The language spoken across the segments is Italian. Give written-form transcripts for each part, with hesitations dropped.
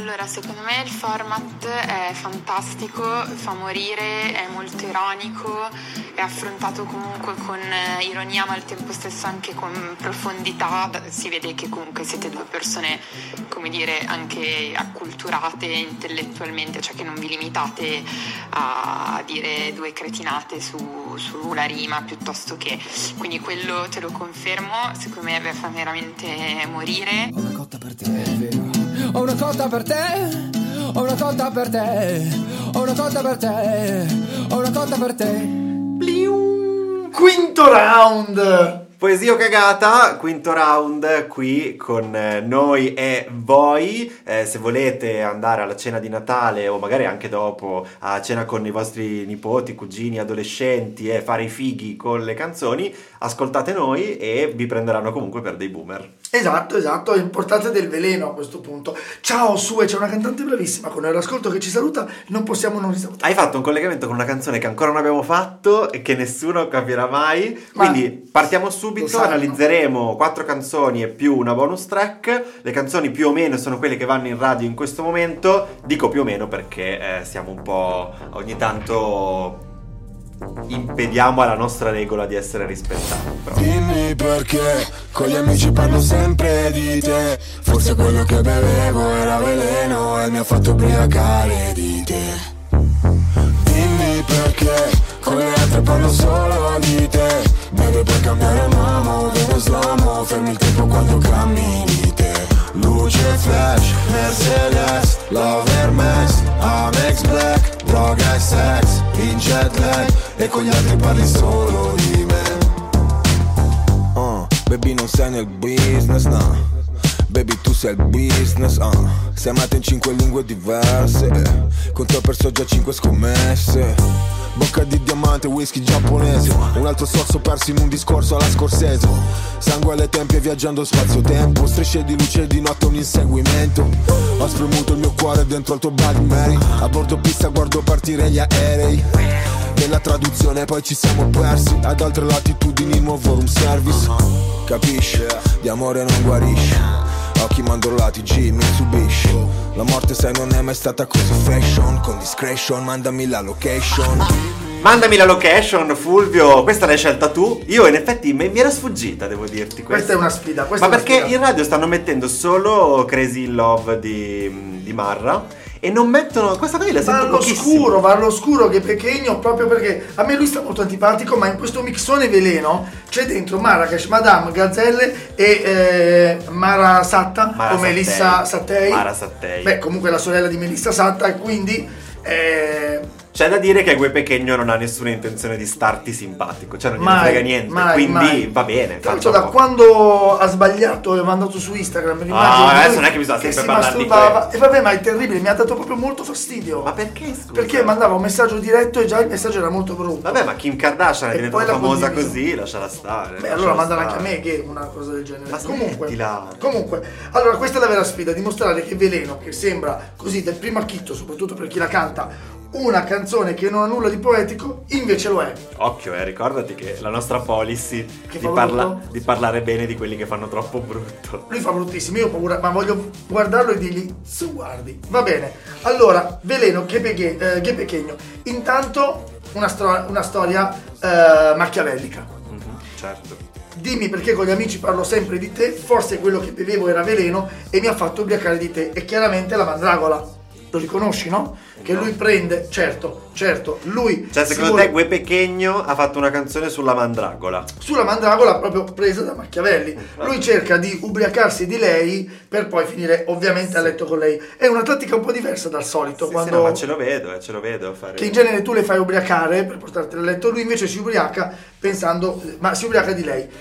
Allora, secondo me il format è fantastico, fa morire, è molto ironico, è affrontato comunque con ironia ma al tempo stesso anche con profondità. Si vede che comunque siete due persone, come dire, anche acculturate intellettualmente, cioè che non vi limitate a dire due cretinate sulla rima piuttosto che... Quindi quello te lo confermo, secondo me fa veramente morire. Ho una cotta per te, è vero. Ho una cotta per te, ho una cotta per te, ho una cotta per te, ho una cotta per te. Quinto round. Poesia o cagata, quinto round qui con noi e voi. Se volete andare alla cena di Natale o magari anche dopo a cena con i vostri nipoti, cugini, adolescenti e fare i fighi con le canzoni, ascoltate noi e vi prenderanno comunque per dei boomer. Esatto, è importante del veleno a questo punto. Ciao Sue, c'è una cantante bravissima con l'ascolto che ci saluta, non possiamo non risalutare. Hai fatto un collegamento con una canzone che ancora non abbiamo fatto e che nessuno capirà mai, quindi partiamo subito, analizzeremo 4 canzoni e più una bonus track. Le canzoni più o meno sono quelle che vanno in radio in questo momento, dico più o meno perché siamo un po' ogni tanto... impediamo alla nostra regola di essere rispettati. Però. Dimmi perché con gli amici parlo sempre di te. Forse quello che bevevo era veleno e mi ha fatto ubriacare di te. Dimmi perché con le altre parlo solo di te. Beve per cambiare un uomo, vedo slow-mo, fermi il tempo quando cammini te. Luce flash, Mercedes, Love Hermes, Amex Black, droga e sex, in jet lag, e con gli altri parli solo di me. Baby non sei nel business, no. Baby tu sei il business, sei amata in 5 lingue diverse, con te ho perso già 5 scommesse. Bocca di diamante, whisky giapponese, un altro sorso perso in un discorso alla Scorsese. Sangue alle tempie viaggiando spazio-tempo, strisce di luce di notte un inseguimento. Ho spremuto il mio cuore dentro al tuo Bloody Mary. A bordo pista guardo partire gli aerei. Nella traduzione poi ci siamo persi, ad altre latitudini nuovo room service. Capisci? Di amore non guarisce. Occhi mandorlati, G, Mitsubishi. La morte sai non è mai stata così fashion. Con discretion mandami la location. Mandami la location, Fulvio, questa l'hai scelta tu. Io in effetti mi era sfuggita, devo dirti. Questa è una sfida. Ma perché in radio stanno mettendo solo Crazy in Love di Marra e non mettono questa qui, la sento pochissimo. Va all'oscuro che Pechegno, proprio perché a me lui sta molto antipatico, ma in questo mixone veleno c'è dentro Marrakesh, Madame, Gazzelle e Mara Satta o Melissa Sattei. Mara Sattei. Beh, comunque la sorella di Melissa Satta, e quindi c'è da dire che Gue Pechegno non ha nessuna intenzione di starti simpatico, cioè non gliene frega niente, quindi va bene. Tanto da quando ha sbagliato e ha mandato su Instagram l'immagine adesso non è che bisogna sempre parlare di quello. E vabbè, ma è terribile, mi ha dato proprio molto fastidio. Ma perché, scusa? Perché mandava un messaggio diretto e già il messaggio era molto brutto. Vabbè, ma Kim Kardashian è diventata famosa così, lasciala stare. Beh, allora mandala anche a me che una cosa del genere. Ma comunque, allora questa è la vera sfida, dimostrare che Veleno, che sembra così del primo acchitto, soprattutto per chi la canta, una canzone che non ha nulla di poetico, invece lo è. Occhio, ricordati che la nostra policy di parlare bene di quelli che fanno troppo brutto. Lui fa bruttissimo, io ho paura, ma voglio guardarlo e dirgli su guardi. Va bene, allora, Veleno, che Pechegno. Intanto una storia machiavellica. Certo. Dimmi perché con gli amici parlo sempre di te, forse quello che bevevo era veleno e mi ha fatto ubriacare di te. E chiaramente la mandragola. Lo riconosci, no? Che lui prende, certo, lui... Cioè, secondo te Gue Pechegno ha fatto una canzone sulla mandragola? Sulla mandragola proprio presa da Machiavelli. Lui cerca di ubriacarsi di lei per poi finire ovviamente a letto con lei. È una tattica un po' diversa dal solito. Sì, no, ma ce lo vedo fare. Che in genere tu le fai ubriacare per portarti a letto, lui invece si ubriaca pensando... ma si ubriaca di lei.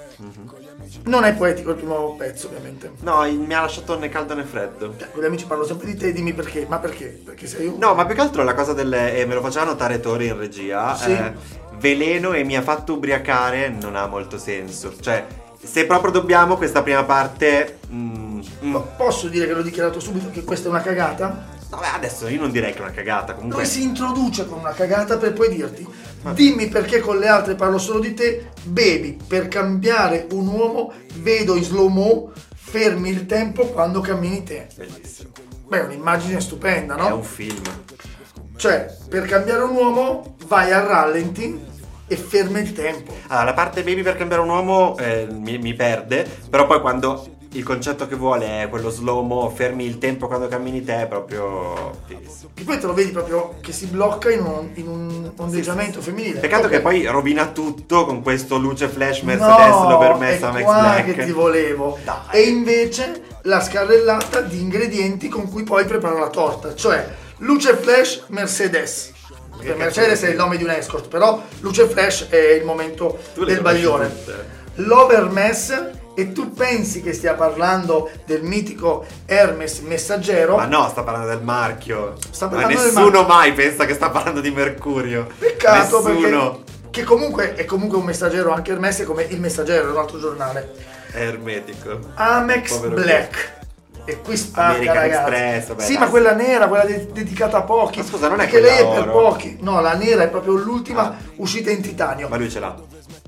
Non è poetico il primo pezzo, ovviamente. No, mi ha lasciato né caldo né freddo. Con gli amici parlo sempre di te, dimmi perché. Ma perché? Perché sei un... No, ma più che altro la cosa me lo faceva notare Tori in regia. Sì. Veleno e mi ha fatto ubriacare non ha molto senso. Cioè, se proprio dobbiamo, questa prima parte... Posso dire che l'ho dichiarato subito che questa è una cagata? No, adesso io non direi che è una cagata, comunque. Lui si introduce con una cagata per poi dirti: dimmi perché con le altre parlo solo di te, bevi per cambiare un uomo, vedo in slow mo, fermi il tempo quando cammini te. Bellissimo. Beh, è un'immagine stupenda, no? È un film. Cioè, per cambiare un uomo vai a rallenti e fermi il tempo. Allora, la parte baby per cambiare un uomo mi perde, però poi quando il concetto che vuole è quello slow-mo, fermi il tempo quando cammini te, è proprio fighissimo. E poi te lo vedi proprio che si blocca in un ondeggiamento femminile. Peccato Ok. che poi rovina tutto con questo luce flash Mercedes l'overmessa Max qua Black. che ti volevo. Dai. E invece la scarrellata di ingredienti con cui poi prepara la torta, cioè luce flash Mercedes. Perché Mercedes è il nome di un escort, però luce flash è il momento Tu le del conosci bagliore. tutte. L'overmess, e tu pensi che stia parlando del mitico Hermes Messaggero. Ma no, sta parlando del marchio. Sta Ma parlando del nessuno marchio. mai pensa che sta parlando di Mercurio. Peccato, Nessuno. perché che comunque è comunque un messaggero, anche Hermes è come il Messaggero, è un altro giornale. È ermetico. Amex Povero Black. E qui spacca, American ragazzi. Express, vabbè, sì, dai. ma quella nera, quella dedicata a pochi. Ma scusa, non è perché quella lei è per oro? pochi. No, la nera è proprio l'ultima Ah. uscita in titanio. Ma lui ce l'ha.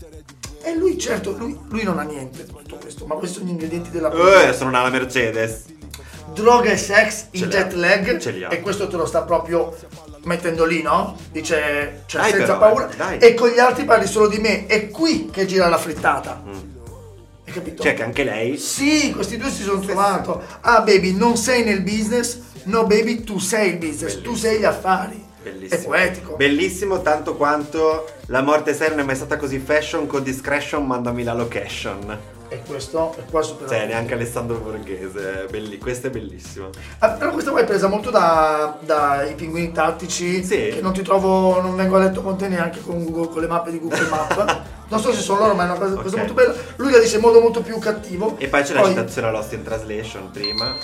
E lui, certo, lui non ha niente di tutto questo, ma questi sono gli ingredienti della Se non ha la Mercedes. droga e sex Ce in li ha. jet lag. Ce li ha. E questo te lo sta proprio mettendo lì, no? Dice, cioè, Dai, senza però, paura. dai. E con gli altri parli solo di me. È qui che gira la frittata. Hai capito? Cioè che anche lei. Sì, questi due si sono trovato. Ah, baby, non sei nel business. No, baby, tu sei il business. Bellissimo. Tu sei gli affari. Bellissimo. È poetico. Bellissimo tanto quanto la morte seria non è mai stata così fashion, con discretion mandami la location. E questo è qua super. Cioè, neanche Alessandro Borghese. Questo è bellissimo. Ah, però questa qua è presa molto dai pinguini tattici. Sì. Che non ti trovo, non vengo a letto con te neanche con Google, con le mappe di Google Maps. Non so se sono loro, ma è una cosa Ok. molto bella. Lui la dice in modo molto più cattivo. E poi c'è la citazione a Lost in Translation prima.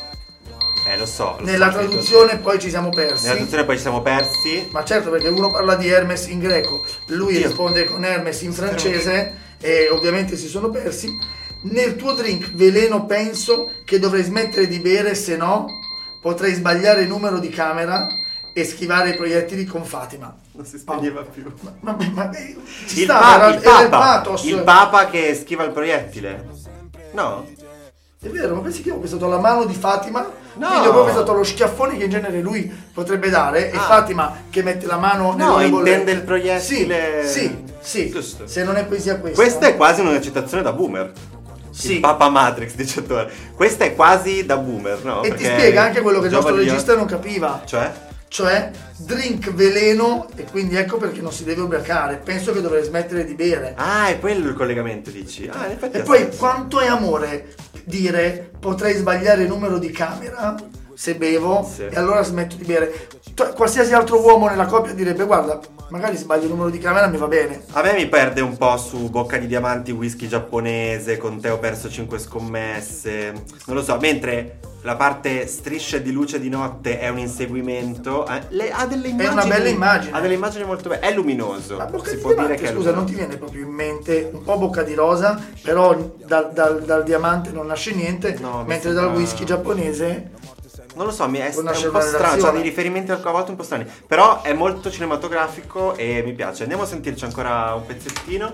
Lo so. Nella so, traduzione poi ci siamo persi. Nella traduzione poi ci siamo persi. Ma certo, perché uno parla di Hermes in greco, lui Dio. risponde con Hermes in francese e ovviamente si sono persi. Nel tuo drink veleno penso che dovrei smettere di bere, se no potrei sbagliare il numero di camera e schivare i proiettili con Fatima. Non si spegneva più. Ma ci Il, sta, pa- il era il Papa. pathos. Il Papa che schiva il proiettile. No? È vero, ma pensi che io ho pensato alla mano di Fatima? No. Quindi ho pensato allo schiaffone che in genere lui potrebbe dare e Ah. Fatima che mette la mano No, nelle bollette. intende il proiettile. Sì, Giusto. se non è poesia questa. Questa è quasi una citazione da boomer. Sì. Il Papa Matrix, dice Ettore. Questa è quasi da boomer, no? E ti Perché spiega anche quello che il nostro giovani- regista non capiva. Cioè? Drink veleno e quindi ecco perché non si deve ubriacare. Penso che dovrei smettere di bere. Ah, è quello il collegamento, dici? Ah, in effetti E ha poi senso. quanto è amore dire potrei sbagliare il numero di camera se bevo Sì. e allora smetto di bere. Qualsiasi altro uomo nella coppia direbbe guarda, magari sbaglio il numero di camera, mi va bene. A me mi perde un po' su Bocca di Diamanti, whisky giapponese, con te ho perso 5 scommesse, non lo so, mentre la parte strisce di luce di notte è un inseguimento, ha delle immagini, una bella immagine. ha delle immagini molto belle, è luminoso, Ma Bocca si di può Diamante, dire che è scusa, non luminoso. ti viene proprio in mente un po' Bocca di Rosa, però dal diamante non nasce niente, No, mi mentre sembra- dal whisky giapponese. Non lo so, è Può un nascere po' una strano, relazione. ha dei riferimenti a volte un po' strani, però è molto cinematografico e mi piace. Andiamo a sentirci ancora un pezzettino.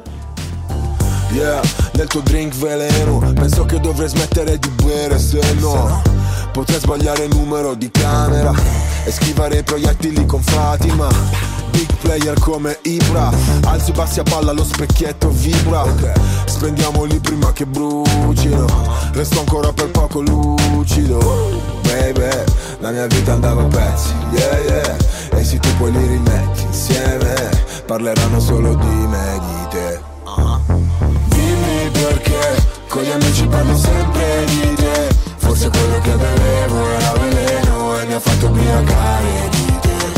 Yeah, nel tuo drink veleno penso che dovrei smettere di bere, se no potrei sbagliare il numero di camera e schivare i proiettili con Fatima. Big player come Ibra, alzi e bassi a palla, lo specchietto vibra. Spendiamoli prima che brucino, resto ancora per poco lucido. Baby, la mia vita andava a pezzi, yeah yeah. E se tu poi li rimetti insieme, parleranno solo di me e di te. Dimmi perché, con gli amici parlo sempre di te. Forse quello che bevevo era veleno e mi ha fatto ubriacare di te.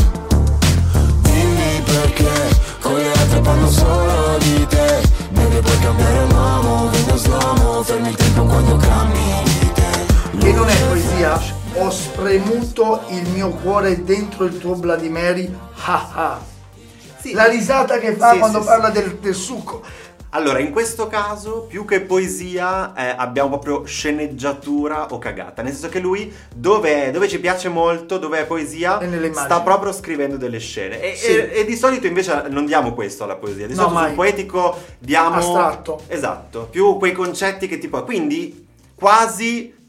Dimmi perché, con le altre parlo solo di te. Deve puoi cambiare l'uomo, vedo slow, fermi il tempo quando cammini te. Che non è poesia, ho spremuto il mio cuore dentro il tuo Bloody Mary, ah ah. Sì. La risata che fa Sì, quando sì, parla del succo. Allora, in questo caso, più che poesia, abbiamo proprio sceneggiatura o cagata. Nel senso che lui, dove ci piace molto, dove è poesia, E nelle immagini. sta proprio scrivendo delle scene. Sì. E di solito invece non diamo questo alla poesia. Di No, solito mai. sul poetico diamo... Astratto. Esatto. Più quei concetti che tipo... Quindi, quasi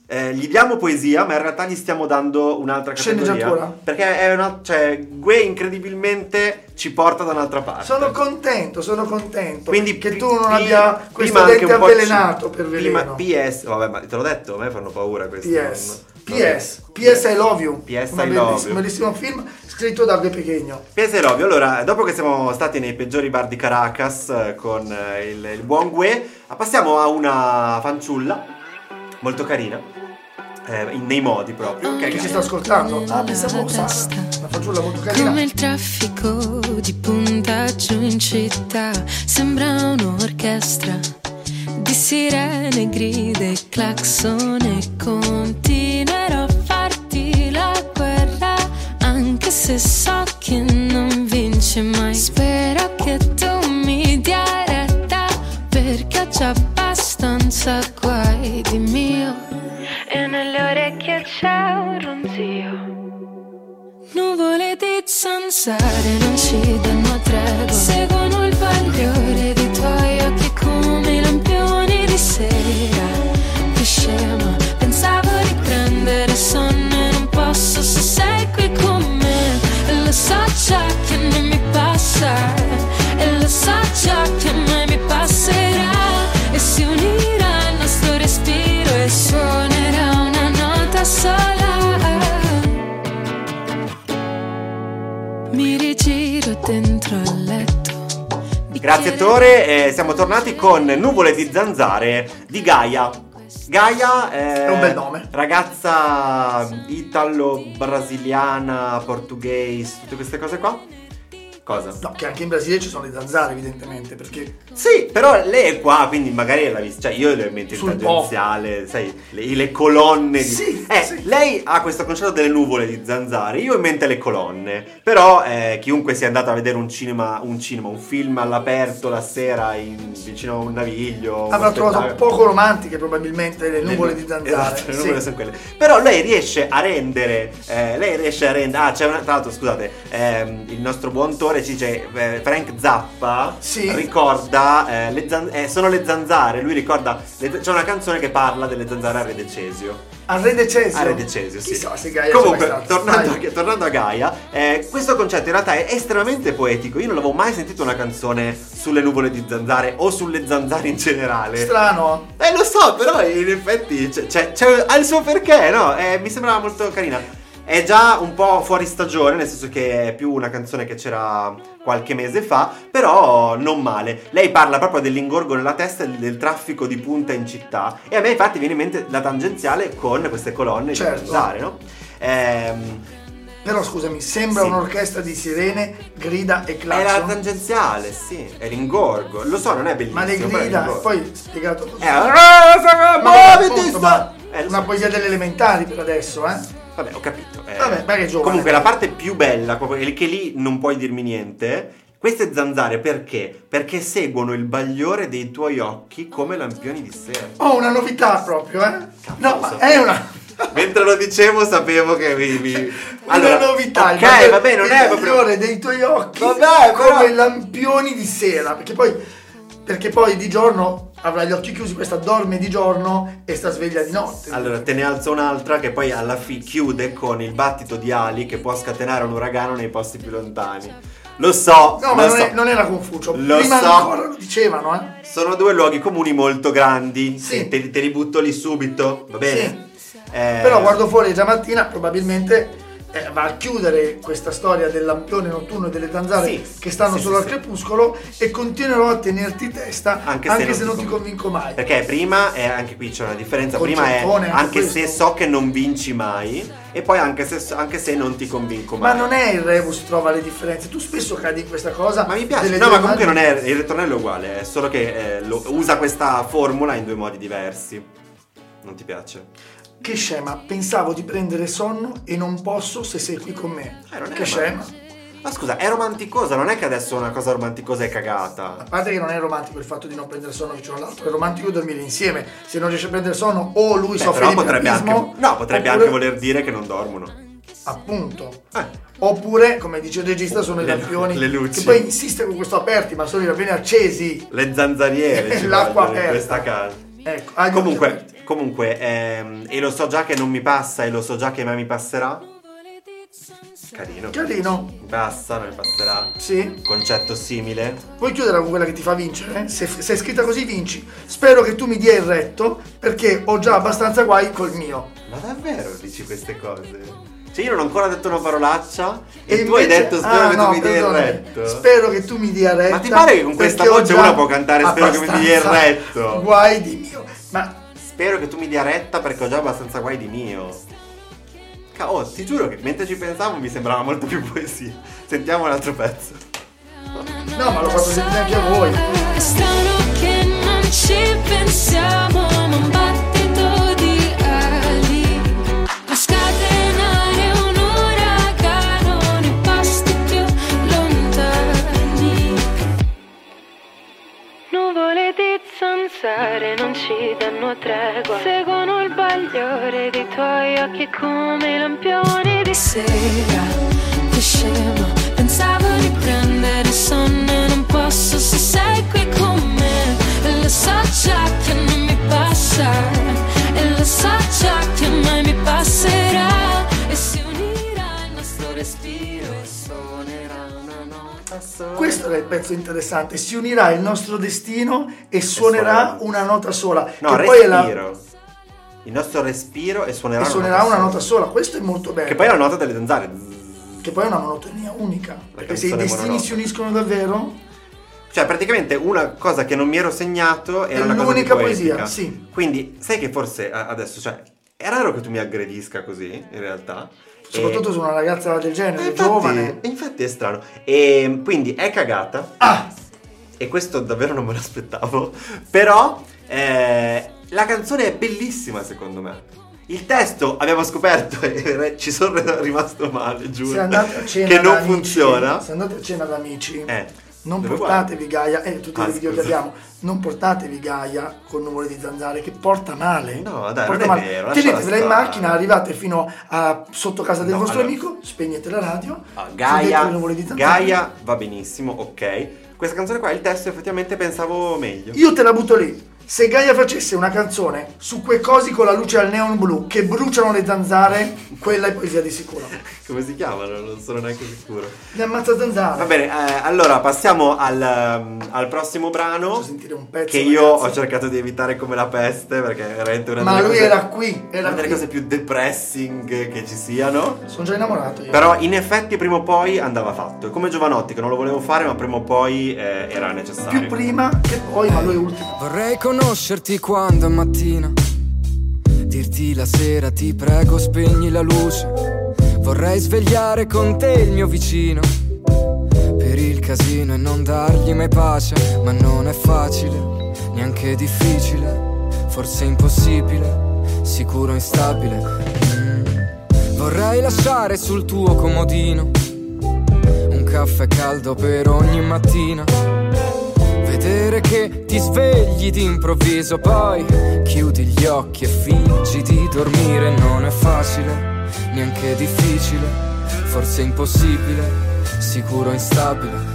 Gli diamo poesia, ma in realtà gli stiamo dando un'altra categoria. Sceneggiatura. Perché è Gue incredibilmente ci porta da un'altra parte. Sono contento. Quindi che tu non abbia questo dente avvelenato per veleno. PS, vabbè, ma te l'ho detto, a me fanno paura questi. PS I Love You. PS I Love You. Bellissimo film scritto da Gue Pequeno. PS I Love You. Allora, dopo che siamo stati nei peggiori bar di Caracas con il buon Gue, passiamo a una fanciulla molto carina. Nei modi proprio che ci sta ascoltando. Pensavo Sara, una fanciulla molto carina. Come il traffico di puntaggio in città, sembra un'orchestra di sirene, gride e clacson, e continuerò a farti la guerra anche se so che non vince mai. Spero che tu mi dia retta, perché ho già abbastanza guai di mio e nelle orecchie c'è un ronzio. Nuvole di zanzare non ci danno tregua, seguono il bagliore dei tuoi occhi come i lampioni di sera. Che scema, pensavo di prendere sonno e non posso se sei qui con me. E lo so già che non mi passa, e lo so già che mai mi passerà, e si unirà il nostro respiro e suonerà una nota sola. Mi rigiro dentro al letto. Grazie Tore, siamo tornati con Nuvole di zanzare di Gaia. Gaia è un bel nome. Ragazza italo-brasiliana, portoghese, tutte queste cose qua. Cosa? No, che anche in Brasile ci sono le zanzare, evidentemente, perché... Sì, però lei è qua, quindi magari l'ha vista. Cioè, io le ho in mente il Sul tangenziale, sai, le colonne. Sì. Lei ha questo concetto delle nuvole di zanzare, io ho in mente le colonne. Però chiunque sia andato a vedere un film all'aperto la sera vicino a un naviglio... Avrà trovato poco romantiche, probabilmente, le nuvole di zanzare. Esatto, le nuvole sono quelle. Però lei riesce a rendere... Ah, c'è tra l'altro, scusate, il nostro buon Tore ci dice Frank Zappa ricorda sono le zanzare, lui ricorda c'è una canzone che parla delle zanzare a Re Decesio. A Re Decesio? A Re Decesio, sì. Chissà se Gaia comunque tornando a Gaia, questo concetto in realtà è estremamente poetico. Io non avevo mai sentito una canzone sulle nuvole di zanzare o sulle zanzare in generale. Strano. Lo so, però in effetti ha il suo perché, no? Mi sembrava molto carina. È già un po' fuori stagione, nel senso che è più una canzone che c'era qualche mese fa, però non male. Lei parla proprio dell'ingorgo nella testa e del traffico di punta in città, e a me infatti viene in mente la tangenziale con queste colonne di zanzare, no? Però scusami, sembra un'orchestra di sirene, grida e clacson. È la tangenziale, sì, è l'ingorgo. Lo so, non è bellissimo. Ma le grida, poi spiegato così. Una poesia delle elementari per adesso, Vabbè, ho capito. Vabbè, ma che giovane. Comunque la parte più bella, che lì non puoi dirmi niente, queste zanzare perché? Perché seguono il bagliore dei tuoi occhi come lampioni di sera. Oh, una novità proprio, No, ma è una... Mentre lo dicevo sapevo che Allora, una novità. Ok, vabbè, non è proprio... Il bagliore dei tuoi occhi vabbè, come lampioni di sera. Perché poi di giorno avrà gli occhi chiusi, questa dorme di giorno e sta sveglia di notte. Allora te ne alzo un'altra che poi alla fine chiude con il battito di ali che può scatenare un uragano nei posti più lontani. Lo so. No, ma non era Confucio. Prima ancora lo dicevano, Sono due luoghi comuni molto grandi. Sì. Te li butto lì subito, va bene? Sì. Però guardo fuori già mattina, probabilmente va a chiudere questa storia del lampione notturno e delle zanzare che stanno solo al crepuscolo, e continuerò a tenerti testa anche se non ti convinco mai. Perché prima anche qui c'è una differenza. Prima è anche se so che non vinci mai, e poi anche se non ti convinco mai. Ma non è il rebus trova le differenze. Tu spesso cadi in questa cosa. Ma mi piace. No, ma comunque non è, il ritornello è uguale, è solo che usa questa formula in due modi diversi. Non ti piace? Che scema, pensavo di prendere sonno e non posso se sei qui con me. Che scema. Ma scusa, è romanticosa, non è che adesso una cosa romanticosa è cagata. A parte che non è romantico il fatto di non prendere sonno vicino all'altro, è romantico dormire insieme. Se non riesce a prendere sonno, o lui soffre di priapismo, potrebbe anche voler dire che non dormono. Appunto. Oppure, come dice il regista, sono i lampioni. Le luci. Che poi insiste con questo aperti, ma sono i lampioni accesi. Le zanzariere. L'acqua aperta. In questa casa. Ecco, comunque Comunque, e lo so già che non mi passa e lo so già che mai mi passerà. Carino. Mi passa, non mi passerà. Sì. Concetto simile. Vuoi chiudere con quella che ti fa vincere? Se è scritta così vinci. Spero che tu mi dia il retto, perché ho già abbastanza guai col mio. Ma davvero dici queste cose? Cioè io non ho ancora detto una parolaccia e tu invece, hai detto spero che tu mi dia il retto. Spero che tu mi dia il retto. Ma ti pare che con questa voce una può cantare spero che mi dia il retto? Guai di mio. Ma spero che tu mi dia retta perché ho già abbastanza guai di mio. Oh, ti giuro che mentre ci pensavo mi sembrava molto più poesia. Sentiamo un altro pezzo. no, ma l'ho fatto sentire anche a voi. È strano che non ci pensiamo, ma un battito di ali a scatenare un uragano nei posti più lontani. Nuvole di zanzare non ci danno tregua, seguono il bagliore dei tuoi occhi come lampioni di sera. Che scemo, pensavo di prendere sonno e non posso se sei qui con me. E lo so già che non mi passa, e lo so già che mai mi passerà. E si unirà il nostro respiro e suonerà una nota sola. Questo era il pezzo interessante. Si unirà il nostro destino e suonerà una nota sola. No, che respiro. Il nostro respiro e suonerà una nota sola. Questo è molto bello. Che poi è la nota delle zanzare. Che poi è una monotonia unica. Perché se i canzone destini mononota. si uniscono davvero, Cioè praticamente una cosa che non mi ero segnato era è una cosa l'unica di poetica. poesia, sì. Quindi sai che forse adesso, cioè, è raro che tu mi aggredisca così in realtà. Soprattutto su una ragazza del genere, infatti, giovane. Infatti è strano. E quindi è cagata. Ah! E questo davvero non me lo aspettavo. Però la canzone è bellissima secondo me. Il testo abbiamo scoperto e ci sono rimasto male, giuro. Se andate a cena che da non amici, funziona. Se andate a cena da amici, non dove portatevi Gaia, tutti i video scusa. che abbiamo, non portatevi Gaia con nuvole di zanzare che porta male. No, dai, porta non è vero, lasciala Tenetevela in stare. macchina, arrivate fino a sotto casa del No, vostro allora. amico, spegnete la radio, Gaia, chiudete le nuvole di zanzare. Gaia va benissimo, ok. Questa canzone qua, il testo effettivamente pensavo meglio. Io te la butto lì. Se Gaia facesse una canzone su quei cosi con la luce al neon blu che bruciano le zanzare, quella è poesia di sicuro. Come si chiamano? Non sono neanche sicuro. Le ammazza zanzare. Va bene, allora passiamo al prossimo brano. Faccio sentire un pezzo, che io ragazzi. ho cercato di evitare come la peste perché è veramente una Ma delle lui cose, era qui, era una delle qui. cose più depressing che ci siano. Sono già innamorato io. Però in effetti prima o poi andava fatto. È come Giovanotti che non lo volevo fare ma prima o poi era necessario. Più prima che poi, ma lui ultimo. Vorrei conoscerti quando è mattina, dirti la sera ti prego spegni la luce. Vorrei svegliare con te il mio vicino per il casino e non dargli mai pace. Ma non è facile, neanche difficile, forse impossibile, sicuro instabile. Vorrei lasciare sul tuo comodino un caffè caldo per ogni mattina, vedere che ti svegli d'improvviso, poi chiudi gli occhi e fingi di dormire. Non è facile, neanche difficile, forse impossibile, sicuro instabile.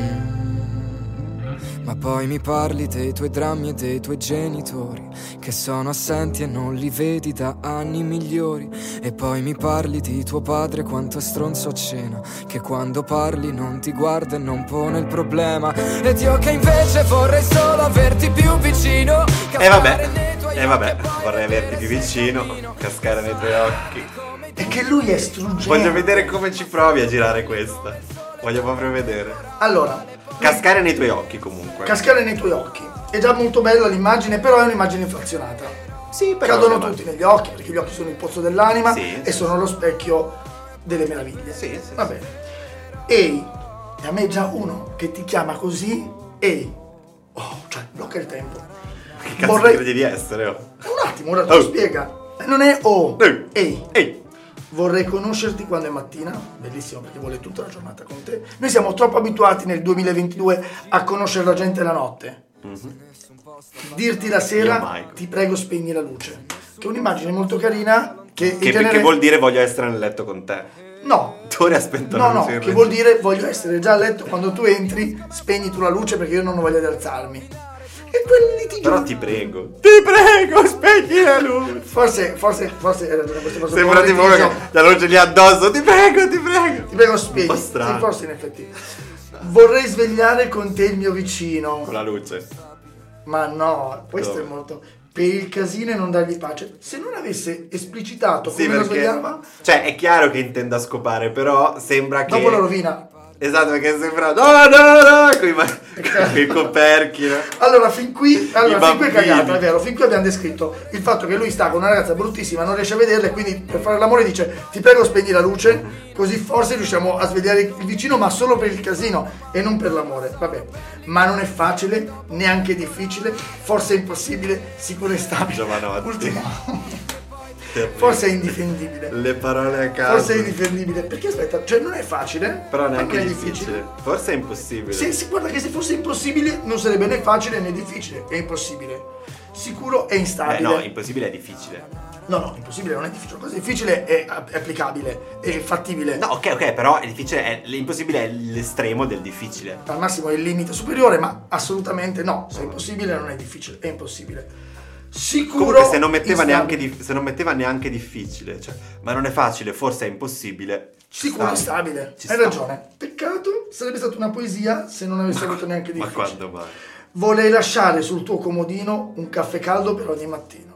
Ma poi mi parli dei tuoi drammi e dei tuoi genitori che sono assenti e non li vedi da anni migliori. E poi mi parli di tuo padre quanto è stronzo a cena, che quando parli non ti guarda e non pone il problema. Ed io che invece vorrei solo averti più vicino. E vabbè, vorrei averti più vicino, cascare nei tuoi occhi. E che lui è struggente. Voglio vedere come ci provi a girare questa. Voglio proprio vedere. Allora, Cascare nei tuoi occhi comunque. cascare nei tuoi occhi. È già molto bella l'immagine, però è un'immagine inflazionata. Sì, però Cadono insomma, tutti negli occhi, perché gli occhi sono il pozzo dell'anima Sì, e sì. sono lo specchio delle meraviglie. Sì. Va bene. Ehi, e a me già uno che ti chiama così, ehi. Oh, cioè, blocca il tempo. Che cazzo credi di essere? Oh. Un attimo, ora te lo spiega. Non è oh, ehi. Ehi. Vorrei conoscerti quando è mattina, bellissimo perché vuole tutta la giornata con te. Noi siamo troppo abituati nel 2022 a conoscere la gente la notte. Dirti la Io sera, mai. ti prego spegni la luce. Che è un'immagine molto carina che in Che genere... vuol dire voglio essere nel letto con te. No, Tu ora aspetta la no, luce in che regia. vuol dire voglio essere già a letto quando tu entri, spegni tu la luce perché io non ho voglia di alzarmi. E quel litigio. Però ti prego, spegni la luce. Forse hai ragione, queste cose. Sembra tipo che la luce lì addosso. Ti prego. Ti prego, spieghi. Un po' strano. Sì, forse in effetti. Vorrei svegliare con te il mio vicino. Con la luce. Ma no, questo è molto. Per il casino e non dargli pace. Se non avesse esplicitato come lo svegliava. Cioè, è chiaro che intenda scopare, però sembra che. Dopo la rovina. Esatto, perché sembra. No, con i coperchi. No? Allora, fin qui è bambini. cagata, è vero. Fin qui abbiamo descritto il fatto che lui sta con una ragazza bruttissima, non riesce a vederla, e quindi per fare l'amore dice: ti prego, spegni la luce, così forse riusciamo a svegliare il vicino, ma solo per il casino e non per l'amore. Vabbè, ma non è facile, neanche difficile, forse è impossibile, sicuro e stabile. Giovanotti. Ultimo. Forse è indifendibile. Le parole a caso. Forse è indifendibile. Perché aspetta, cioè non è facile, però neanche è difficile. Forse è impossibile. Se guarda che se fosse impossibile non sarebbe né facile né difficile. È impossibile. Sicuro e instabile. No, impossibile è difficile. No, impossibile non è difficile. Cosa difficile è applicabile, è fattibile. No, ok, però è difficile, l'impossibile è l'estremo del difficile. Al massimo è il limite superiore, ma assolutamente no. Se è impossibile non è difficile, è impossibile. Sicuro. Comunque se non metteva neanche difficile, cioè, ma non è facile, forse è impossibile. Sicuro e stabile. Hai ragione. Peccato, sarebbe stata una poesia se non avesse avuto neanche difficile. Ma quando mai? Vorrei lasciare sul tuo comodino un caffè caldo per ogni mattino.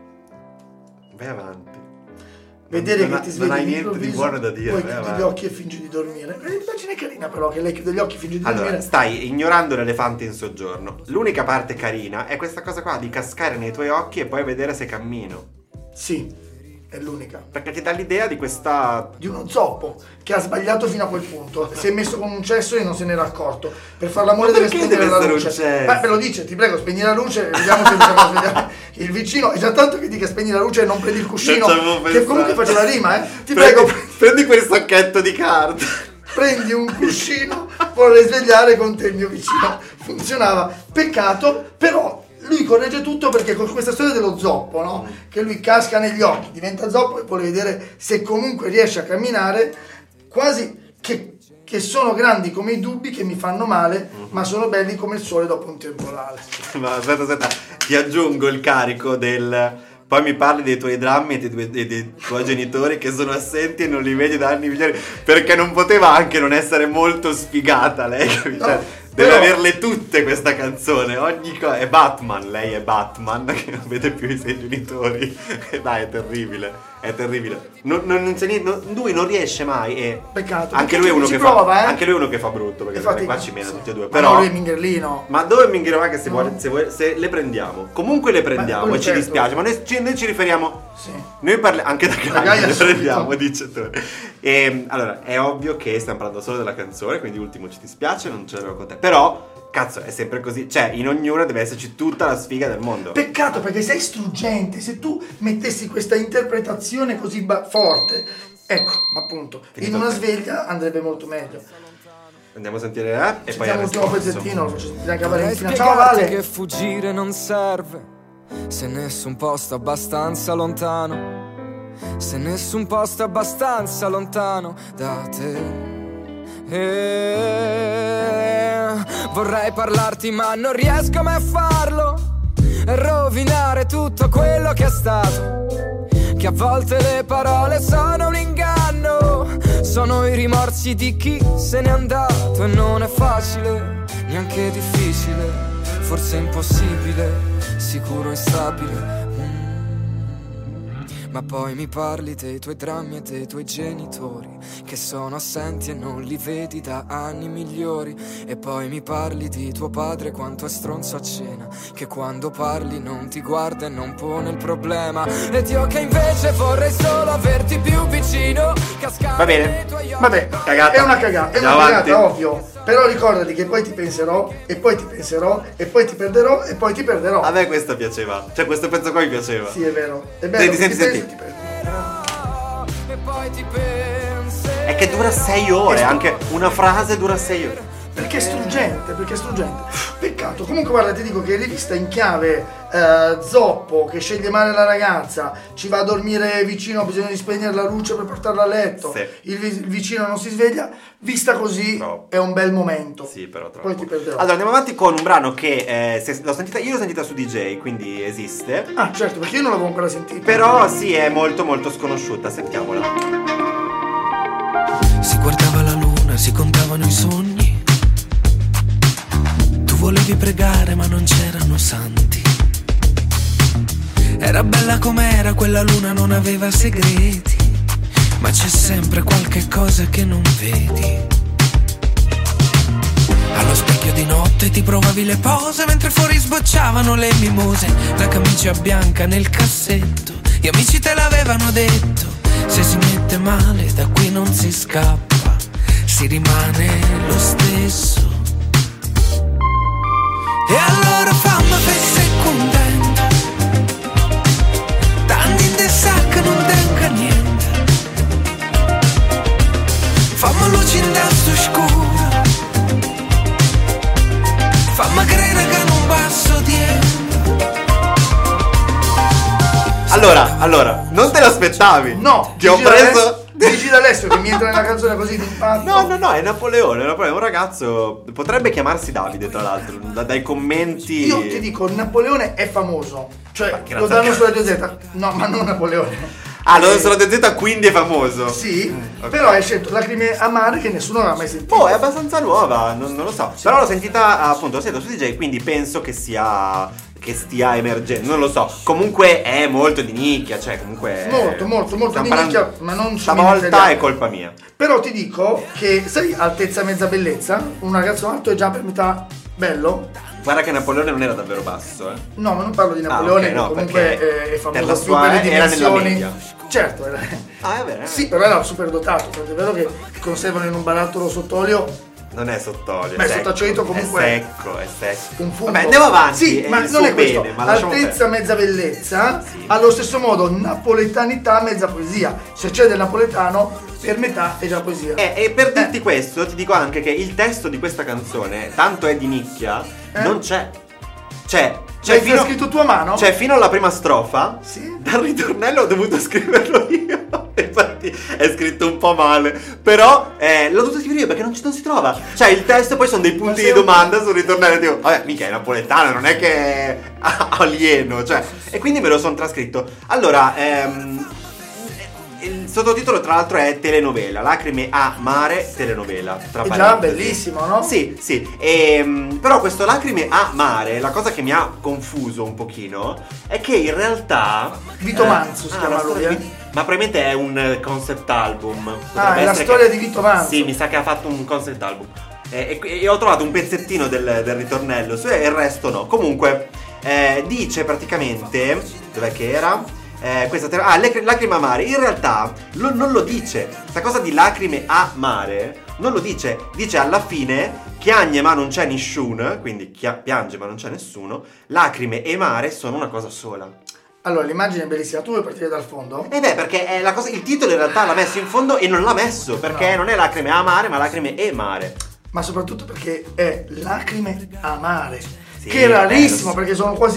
Vai avanti. Vedere che ti svegli non hai niente di buono da dire. Poi chiudi gli occhi e fingi di dormire. L'immagine è carina, però, che lei chiude gli occhi e finge di dormire. Allora, stai ignorando l'elefante in soggiorno. L'unica parte carina è questa cosa qua di cascare nei tuoi occhi e poi vedere se cammino. Sì, è l'unica. Perché ti dà l'idea di questa. Di uno zoppo che ha sbagliato fino a quel punto. Si è messo con un cesso e non se n'era accorto. Per far l'amore deve spegnere la luce. Ma me lo dice, ti prego, spegni la luce e vediamo se riusciamo a svegliare il vicino. È già tanto che dica spegni la luce e non prendi il cuscino. Che comunque faceva rima, Ti prego. Prendi quel sacchetto di carta. Prendi un cuscino, vorrei svegliare con te il mio vicino. Funzionava. Peccato, però. Lui corregge tutto perché con questa storia dello zoppo, no? Che lui casca negli occhi, diventa zoppo e vuole vedere se comunque riesce a camminare, quasi che sono grandi come i dubbi che mi fanno male, ma sono belli come il sole dopo un temporale. Ma aspetta, ti aggiungo il carico del. Poi mi parli dei tuoi drammi e dei tuoi genitori che sono assenti e non li vedi da anni migliori, perché non poteva anche non essere molto sfigata lei, capito? No. Deve averle tutte questa canzone, ogni cosa. È Batman, lei è Batman che non vede più i suoi genitori. Dai, è terribile. Non c'è niente, lui non riesce mai e peccato. Anche lui è uno che prova, anche lui è uno che fa brutto, perché infatti, qua ci mena tutti e due. Però ma lui è Mingherlino. Ma dove Mingherlino? Anche se le prendiamo. Comunque le prendiamo e ci dispiace, ma noi ci riferiamo. Sì. Noi parliamo anche da Gaia le prendiamo, dice tu. E allora, è ovvio che stiamo parlando solo della canzone, quindi ultimo ci dispiace, non ce l'avevo con te. Però cazzo, è sempre così. Cioè, in ognuno deve esserci tutta la sfiga del mondo. Peccato, perché sei struggente. Se tu mettessi questa interpretazione così forte, ecco, appunto, in una sveglia andrebbe molto meglio. Andiamo a sentire e poi l'ultimo pezzettino, lo sentiamo anche a Valentina. Ciao Vale. Che fuggire non serve se nessun posto abbastanza lontano. Se nessun posto abbastanza lontano da te. Vorrei parlarti ma non riesco mai a farlo e rovinare tutto quello che è stato. Che a volte le parole sono un inganno, sono i rimorsi di chi se n'è andato. E non è facile, neanche difficile, forse impossibile, sicuro instabile. Ma poi mi parli dei tuoi drammi e dei tuoi genitori che sono assenti e non li vedi da anni migliori. E poi mi parli di tuo padre quanto è stronzo a cena, che quando parli non ti guarda e non pone il problema. Ed io che invece vorrei solo averti più vicino. Va bene, vabbè, cagata. È una cagata, ovvio. Però ricordati che poi ti penserò, e poi ti penserò, e poi ti perderò, e poi ti perderò. A me questo piaceva, cioè questo pezzo qua mi piaceva. Sì, è vero. È bello. Senti. È che dura 6 ore, anche una frase dura 6 ore. Perché è struggente, Peccato. peccato. Comunque guarda, ti dico che rivista in chiave zoppo che sceglie male la ragazza, ci va a dormire vicino, ha bisogno di spegnere la luce per portarla a letto, il vicino non si sveglia, vista così è un bel momento. Sì, però troppo. Poi ti perderò. Allora andiamo avanti con un brano che l'ho sentita su DJ, quindi esiste. Ah certo, perché io non l'avevo ancora sentita. Però sì, è molto molto sconosciuta, sentiamola. Si guardava la luna, si contavano i sogni. Tu volevi pregare ma non c'erano santi. Era bella com'era, quella luna non aveva segreti. Ma c'è sempre qualche cosa che non vedi. Allo specchio di notte ti provavi le pose mentre fuori sbocciavano le mimose. La camicia bianca nel cassetto, gli amici te l'avevano detto. Se si mette male da qui non si scappa, si rimane lo stesso. E allora fammi fesse contenta, tanti in te sacca non tenga niente. Fammi luce in testo scuro, fammi credere che non passo dietro. Allora, non te l'aspettavi? No, ti ho preso. Dici da Alessio che mi entra nella canzone così di impatto. No, è Napoleone, un ragazzo, potrebbe chiamarsi Davide tra l'altro, dai commenti. Io ti dico, Napoleone è famoso, cioè lo grazie danno su Radio Z. No, ma non Napoleone. Lo danno su Radio Z, quindi è famoso. Sì, okay. Però hai scelto Lacrime amare che nessuno aveva mai sentito. È abbastanza nuova, non lo so. Sì. Però l'ho sentita appunto, l'ho sentita su DJ, quindi penso che stia emergendo, non lo so. Comunque è molto di nicchia, cioè comunque molto di nicchia, ma non stavolta è colpa mia. Però ti dico che sai, altezza mezza bellezza, un ragazzo alto è già per metà bello. Guarda che Napoleone non era davvero basso, No, ma non parlo di Napoleone, okay, no, che comunque è famoso per la più per le dimensioni. Era Certo, era. È vero. Sì, però era super dotato, perché è vero che conservano in un barattolo sott'olio. Non è sott'olio, beh, sotto aceto comunque è secco. Un fungo. Vabbè, andiamo avanti. Sì, ma non è questo. Bene, ma altezza mezza bellezza, sì. Allo stesso modo napoletanità mezza poesia. Se c'è del napoletano, per metà è già poesia. E per dirti questo, ti dico anche che il testo di questa canzone, tanto è di nicchia, non c'è. Cioè, l'hai scritto tu a mano? Cioè, fino alla prima strofa, sì. Dal ritornello ho dovuto scriverlo io. Infatti è scritto un po' male. Però l'ho dovuto scrivere io perché non si trova. Cioè, il testo poi sono dei punti di domanda sul ritornello. Dico, vabbè, mica è napoletano, non è che è alieno. Cioè, e quindi me lo sono trascritto. Allora, il sottotitolo tra l'altro è telenovela, Lacrime a mare, telenovela. È già bellissimo, no? Sì. Però questo Lacrime a mare, la cosa che mi ha confuso un pochino è che in realtà Vito Manzo si chiama lui, ma probabilmente è un concept album. È la storia di Vito Manzo. Sì, mi sa che ha fatto un concept album. E ho trovato un pezzettino del ritornello, e il resto no. Comunque dice praticamente, dov'è che era? Lacrime a mare. In realtà non lo dice. Questa cosa di lacrime a mare non lo dice. Dice alla fine chiagne ma non c'è nessuno, quindi piange ma non c'è nessuno. Lacrime e mare sono una cosa sola. Allora l'immagine è bellissima. Tu vuoi partire dal fondo? Perché è la cosa, il titolo in realtà l'ha messo in fondo e non l'ha messo, perché non è lacrime a mare ma lacrime e mare. Ma soprattutto perché è lacrime a mare. Sì, che è rarissimo, perché sono quasi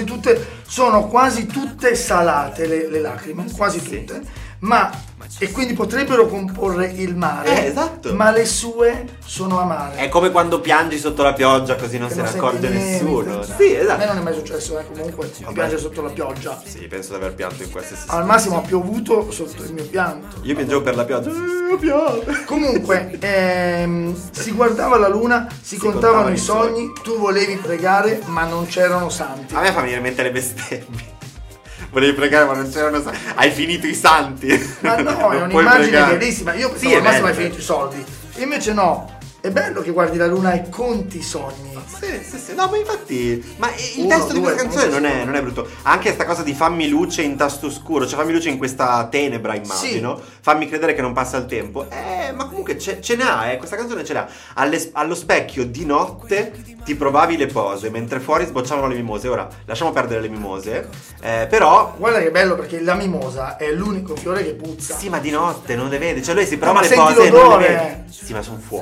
tutte salate le lacrime, quasi tutte, ma e quindi potrebbero comporre il mare, esatto. Ma le sue sono amare. È come quando piangi sotto la pioggia così non se ne accorge nessuno. Sì, esatto. A me non è mai successo, comunque piange sotto la pioggia. Sì, penso di aver pianto in qualsiasi Al massimo ha piovuto sotto il mio pianto. Io piangevo per la pioggia. Comunque si guardava la luna, si contavano i sogni, tu volevi pregare ma non c'erano santi. A me fa venire in mente le bestemmie. Volevi pregare ma non c'erano santi. Hai finito i santi. Ma no, è un'immagine bellissima. Io pensavo al massimo hai finito i soldi. Invece no. È bello che guardi la luna e conti i sogni. Sì. No, ma infatti. Ma il testo di questa canzone non è brutto. Anche sta cosa di fammi luce in tasto scuro, cioè fammi luce in questa tenebra, immagino. Sì. Fammi credere che non passa il tempo. Ma comunque ce ne ha, questa canzone ce l'ha. Allo specchio di notte ti provavi le pose, mentre fuori sbocciavano le mimose. Ora, lasciamo perdere le mimose. Però. Guarda che bello, perché la mimosa è l'unico fiore che puzza. Sì, ma di notte non le vede. Cioè lui si prova le pose e non le vede. Sì, ma sono fuori. Però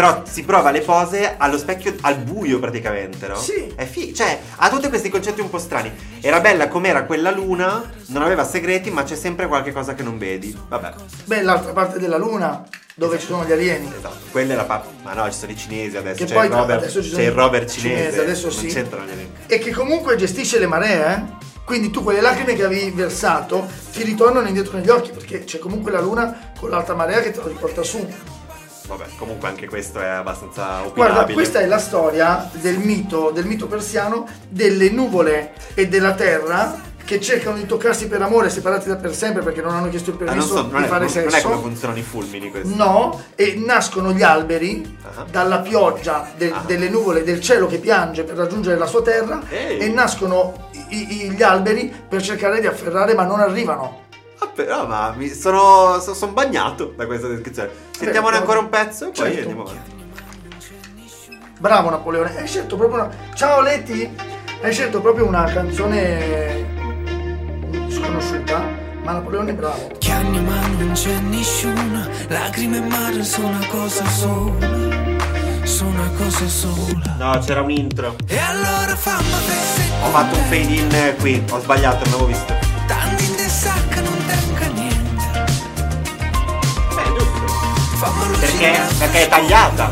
però si prova le pose allo specchio, al buio praticamente, no? Sì. È cioè, ha tutti questi concetti un po' strani. Era bella com'era quella luna, non aveva segreti, ma c'è sempre qualche cosa che non vedi. Vabbè. Beh, l'altra parte della luna, dove ci sono gli alieni. Esatto, quella è la parte. Ma no, ci sono i cinesi adesso. Che C'è poi il Robert, adesso ci sono c'è il Robert cinese. adesso non sì. c'entrano gli alieni. E che comunque gestisce le maree, Quindi tu quelle lacrime che avevi versato ti ritornano indietro negli occhi, perché c'è comunque la luna con l'alta marea che te lo riporta su. Vabbè, comunque anche questo è abbastanza opinabile. Guarda, questa è la storia del mito persiano delle nuvole e della terra che cercano di toccarsi per amore, separati da per sempre perché non hanno chiesto il permesso di fare sesso. Non è come funzionano i fulmini questi. No, e nascono gli alberi dalla pioggia delle nuvole, del cielo che piange per raggiungere la sua terra, e nascono gli alberi per cercare di afferrare, ma non arrivano. Ah, però, ma mi sono bagnato da questa descrizione. Sentiamone ancora un pezzo e poi andiamo avanti. Bravo Napoleone, hai scelto proprio una... Ciao Leti, hai scelto proprio una canzone sconosciuta, ma Napoleone è bravo. Chiami ma non c'è nessuna, lacrime e mare sono una cosa sola, sono una cosa sola. No, c'era un intro. E allora fammi vedere. Ho fatto un fade in qui, ho sbagliato, non l'avevo visto. Tanti in sacca non tenga niente. Beh, giusto. Perché è tagliata.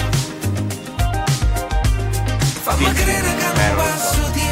Fammi credere che non passo di.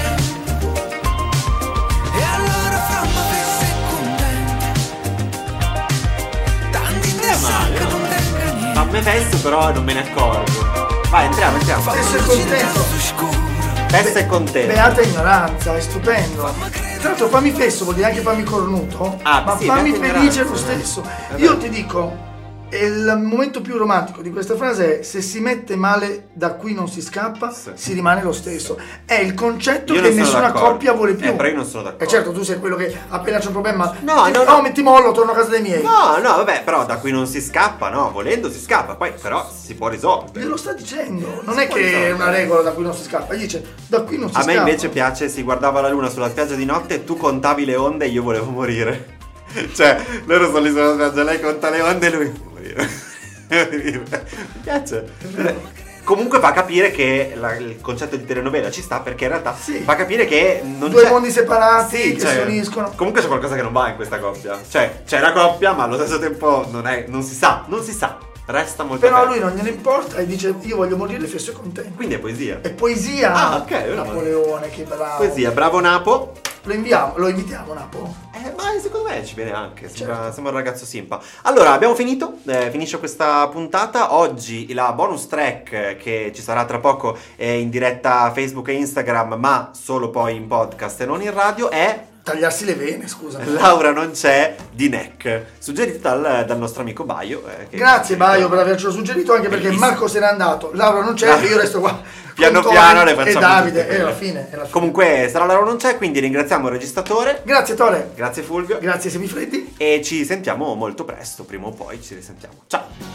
E allora fammi vedere contenta. Tanti in sacca non tenga niente. Fammi festo però non me ne accorgo. Vai, entriamo. Adesso è contento. Festo è contento. Beata ignoranza, è stupendo. Tra l'altro fammi fesso vuol dire anche fammi cornuto, ma sì, fammi beata felice lo ignoranza. stesso. Io ti dico, il momento più romantico di questa frase è: se si mette male da qui non si scappa, si rimane lo stesso. È il concetto Io che non sono nessuna d'accordo. coppia vuole più. Però io non sono d'accordo. E certo, tu sei quello che appena c'è un problema No, ti mollo, torno a casa dei miei. No, vabbè, però da qui non si scappa, no, volendo si scappa, poi però si può risolvere. Glielo sta dicendo, non è che è una regola da cui non si scappa, gli dice da qui non si A scappa. me invece piace, si guardava la luna sulla spiaggia di notte e tu contavi le onde e io volevo morire. Cioè, loro sono lì sulla spiaggia, lei conta le onde e lui volevo morire. Mi piace. Comunque fa capire che il concetto di telenovela ci sta, perché in realtà fa capire che non due c'è... mondi separati che cioè, si uniscono. Comunque c'è qualcosa che non va in questa coppia. Cioè, c'è la coppia, ma allo stesso tempo non si sa. Resta molto Però a aperto. lui non gliene importa e dice io voglio morire fesso e contento. Quindi è poesia. È poesia. Ah, ok, Napoleone, che bravo. Poesia, bravo Napo. Lo invitiamo Napo. Ma secondo me ci viene anche, sembra un ragazzo simpa. Allora, abbiamo finito, finisce questa puntata. Oggi la bonus track che ci sarà tra poco in diretta Facebook e Instagram, ma solo poi in podcast e non in radio, è Tagliarsi le vene, scusa. Laura non c'è di Neck, suggerito dal nostro amico Baio. Grazie Baio per avercelo suggerito, anche perché Marco se n'è andato, Laura non c'è e io resto qua. Piano con piano Tore le facciamo e Davide, tutte e alla fine. Comunque sarà Laura non c'è, quindi ringraziamo il registratore. Grazie Tore. Grazie Fulvio. Grazie Semifreddi. E ci sentiamo molto presto, prima o poi ci risentiamo. Ciao.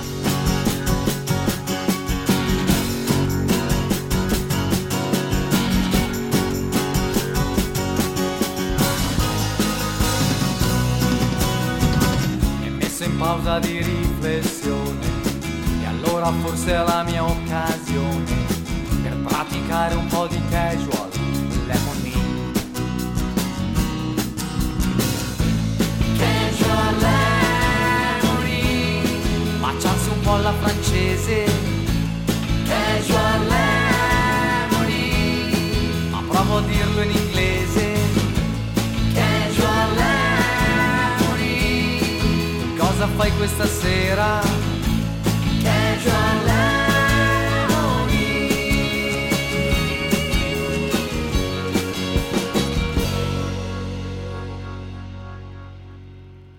In pausa di riflessione, e allora forse è la mia occasione per praticare un po' di casual lemony. Casual lemony, baciarsi un po' alla francese. Casual lemony, ma provo a dirlo in inglese. Casual lemony, cosa fai questa sera?